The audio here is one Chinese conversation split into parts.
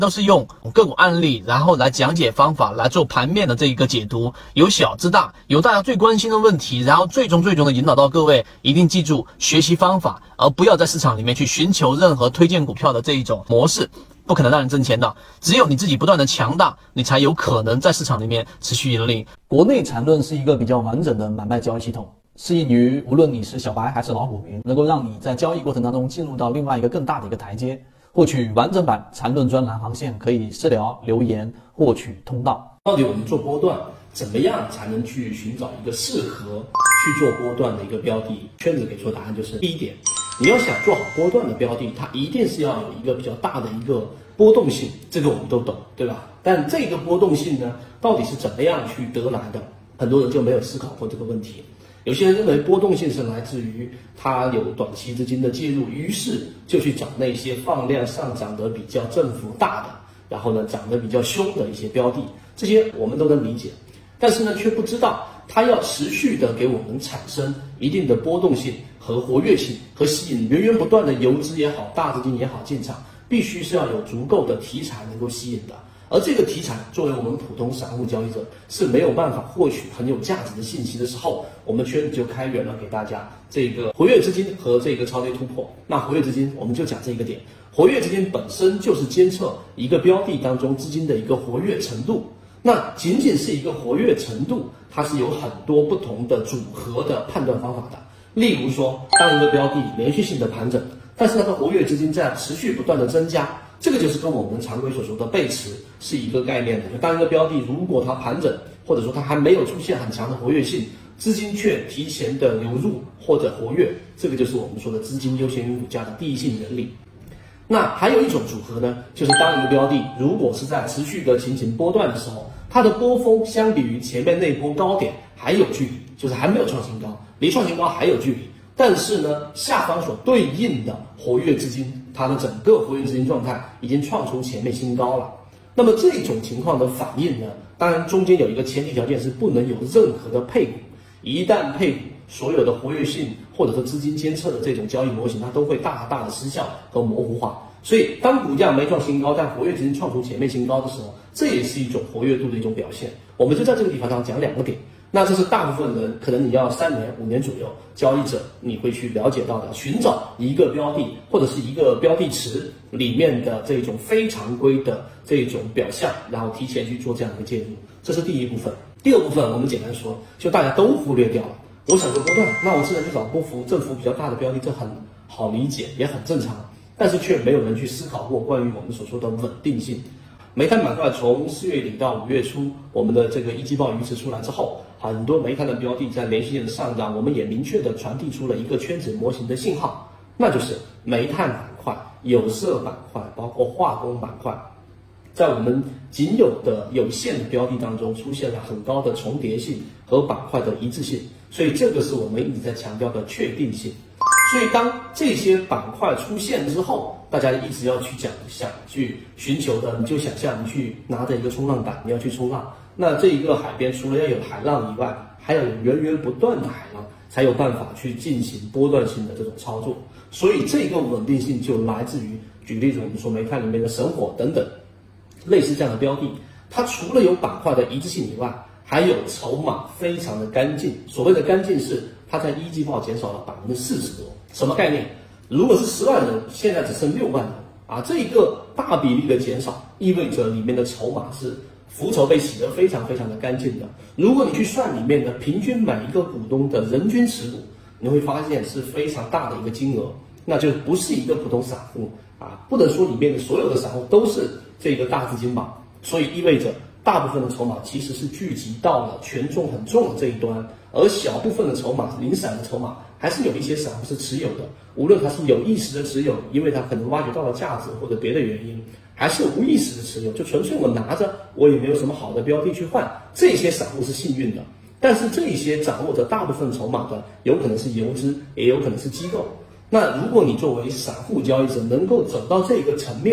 都是用个股案例，然后来讲解方法，来做盘面的这一个解读，由小至大，由大家最关心的问题，然后最终的引导到各位一定记住学习方法，而不要在市场里面去寻求任何推荐股票的这一种模式，不可能让人挣钱的。只有你自己不断的强大，你才有可能在市场里面持续盈利。 国内缠论是一个比较完整的买卖交易系统，适应于无论你是小白还是老股民，能够让你在交易过程当中进入到另外一个更大的一个台阶。获取完整版缠论专栏航线，可以私聊留言获取通道。 到底我们做波段怎么样才能去寻找一个适合去做波段的一个标的？圈子给出的答案就是：第一点，你要想做好波段的标的，它一定是要有一个比较大的一个波动性，这个我们都懂，对吧？但这个波动性呢，到底是怎么样去得来的？很多人就没有思考过这个问题。有些人认为波动性是来自于它有短期资金的介入，于是就去找那些放量上涨的比较振幅大的，然后呢涨得比较凶的一些标的，这些我们都能理解，但是呢却不知道它要持续的给我们产生一定的波动性和活跃性，和吸引源源不断的游资也好，大资金也好进场，必须是要有足够的题材能够吸引的。而这个题材作为我们普通散户交易者是没有办法获取很有价值的信息的时候，我们圈子就开源了给大家这个活跃资金和这个超跌突破。那活跃资金我们就讲这个点，活跃资金本身就是监测一个标的当中资金的一个活跃程度，那仅仅是一个活跃程度，它是有很多不同的组合的判断方法的。例如说，当一个标的连续性的盘整，但是它的活跃资金在持续不断的增加，这个就是跟我们常规所说的背驰是一个概念的。就当一个标的如果它盘整，或者说它还没有出现很强的活跃性，资金却提前的流入或者活跃，这个就是我们说的资金优先于股价的第一性原理。那还有一种组合呢，就是当一个标的如果是在持续的行情波段的时候，它的波峰相比于前面那波高点还有距离，就是还没有创新高，离创新高还有距离，但是呢下方所对应的活跃资金，它的整个活跃资金状态已经创出前面新高了。那么这种情况的反应呢，当然中间有一个前提条件是不能有任何的配股，一旦配股，所有的活跃性或者说资金监测的这种交易模型，它都会大大的失效和模糊化。所以当股价没创新高，但活跃资金创出前面新高的时候，这也是一种活跃度的一种表现。我们就在这个地方上讲两个点。那这是大部分人可能你要3年5年左右交易者你会去了解到的，寻找一个标的或者是一个标的池里面的这种非常规的这种表象，然后提前去做这样的介入，这是第一部分。第二部分我们简单说，就大家都忽略掉了。我想做波段，那我自然去找波幅振幅比较大的标的，这很好理解也很正常，但是却没有人去思考过关于我们所说的稳定性。煤炭板块从4月底到5月初，我们的这个一季报预测出来之后，很多煤炭的标的在连续性的上涨，我们也明确的传递出了一个圈子模型的信号，那就是煤炭板块、有色板块，包括化工板块，在我们仅有的有限的标的当中出现了很高的重叠性和板块的一致性，所以这个是我们一直在强调的确定性。所以当这些板块出现之后，大家一直要去想去寻求的，你就想象你去拿着一个冲浪板，你要去冲浪，那这一个海边除了要有海浪以外，还要有源源不断的海浪，才有办法去进行波段性的这种操作。所以这个稳定性就来自于，举例子我们说煤炭里面的神火等等类似这样的标的，它除了有板块的一致性以外，还有筹码非常的干净。所谓的干净是它在一季报减少了40%多，什么概念？如果是10万人，现在只剩6万人啊，这个大比例的减少，意味着里面的筹码是浮筹被洗得非常非常的干净的。如果你去算里面的平均每一个股东的人均持股，你会发现是非常大的一个金额，那就不是一个普通散户啊，不能说里面的所有的散户都是这个大资金吧，所以意味着大部分的筹码其实是聚集到了权重很重的这一端，而小部分的筹码，零散的筹码，还是有一些散户是持有的，无论他是有意识的持有，因为他可能挖掘到了价值或者别的原因，还是无意识的持有，就纯粹我拿着，我也没有什么好的标的去换，这些散户是幸运的。但是这些掌握着大部分筹码的，有可能是游资，也有可能是机构。那如果你作为散户交易者能够走到这个层面，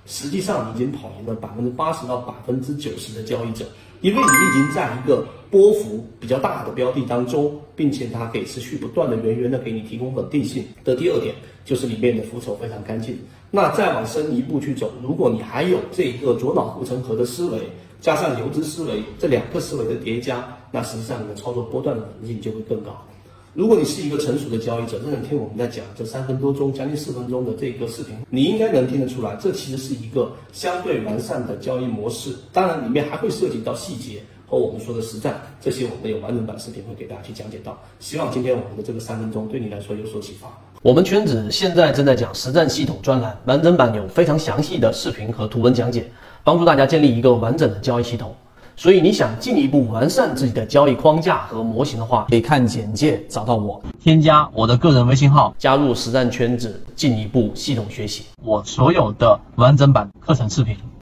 实际上你已经跑赢了80%到90%的交易者，因为你已经在一个波幅比较大的标的当中，并且它可以持续不断的源源的给你提供稳定性的第二点，就是里面的浮筹非常干净。那再往深一步去走，如果你还有这个左脑护城河的思维，加上游资思维，这2个思维的叠加，那实际上你的操作波段的稳定性就会更高。如果你是一个成熟的交易者，这两天我们在讲这3分多钟，将近4分钟的这个视频，你应该能听得出来，这其实是一个相对完善的交易模式。当然，里面还会涉及到细节和我们说的实战，这些我们有完整版视频会给大家去讲解到。希望今天我们的这个3分钟对你来说有所启发。 我们圈子现在正在讲实战系统专栏，完整版有非常详细的视频和图文讲解，帮助大家建立一个完整的交易系统。所以你想进一步完善自己的交易框架和模型的话，可以看简介找到我， 添加我的个人微信号， 加入实战圈子，进一步系统学习我所有的完整版课程视频。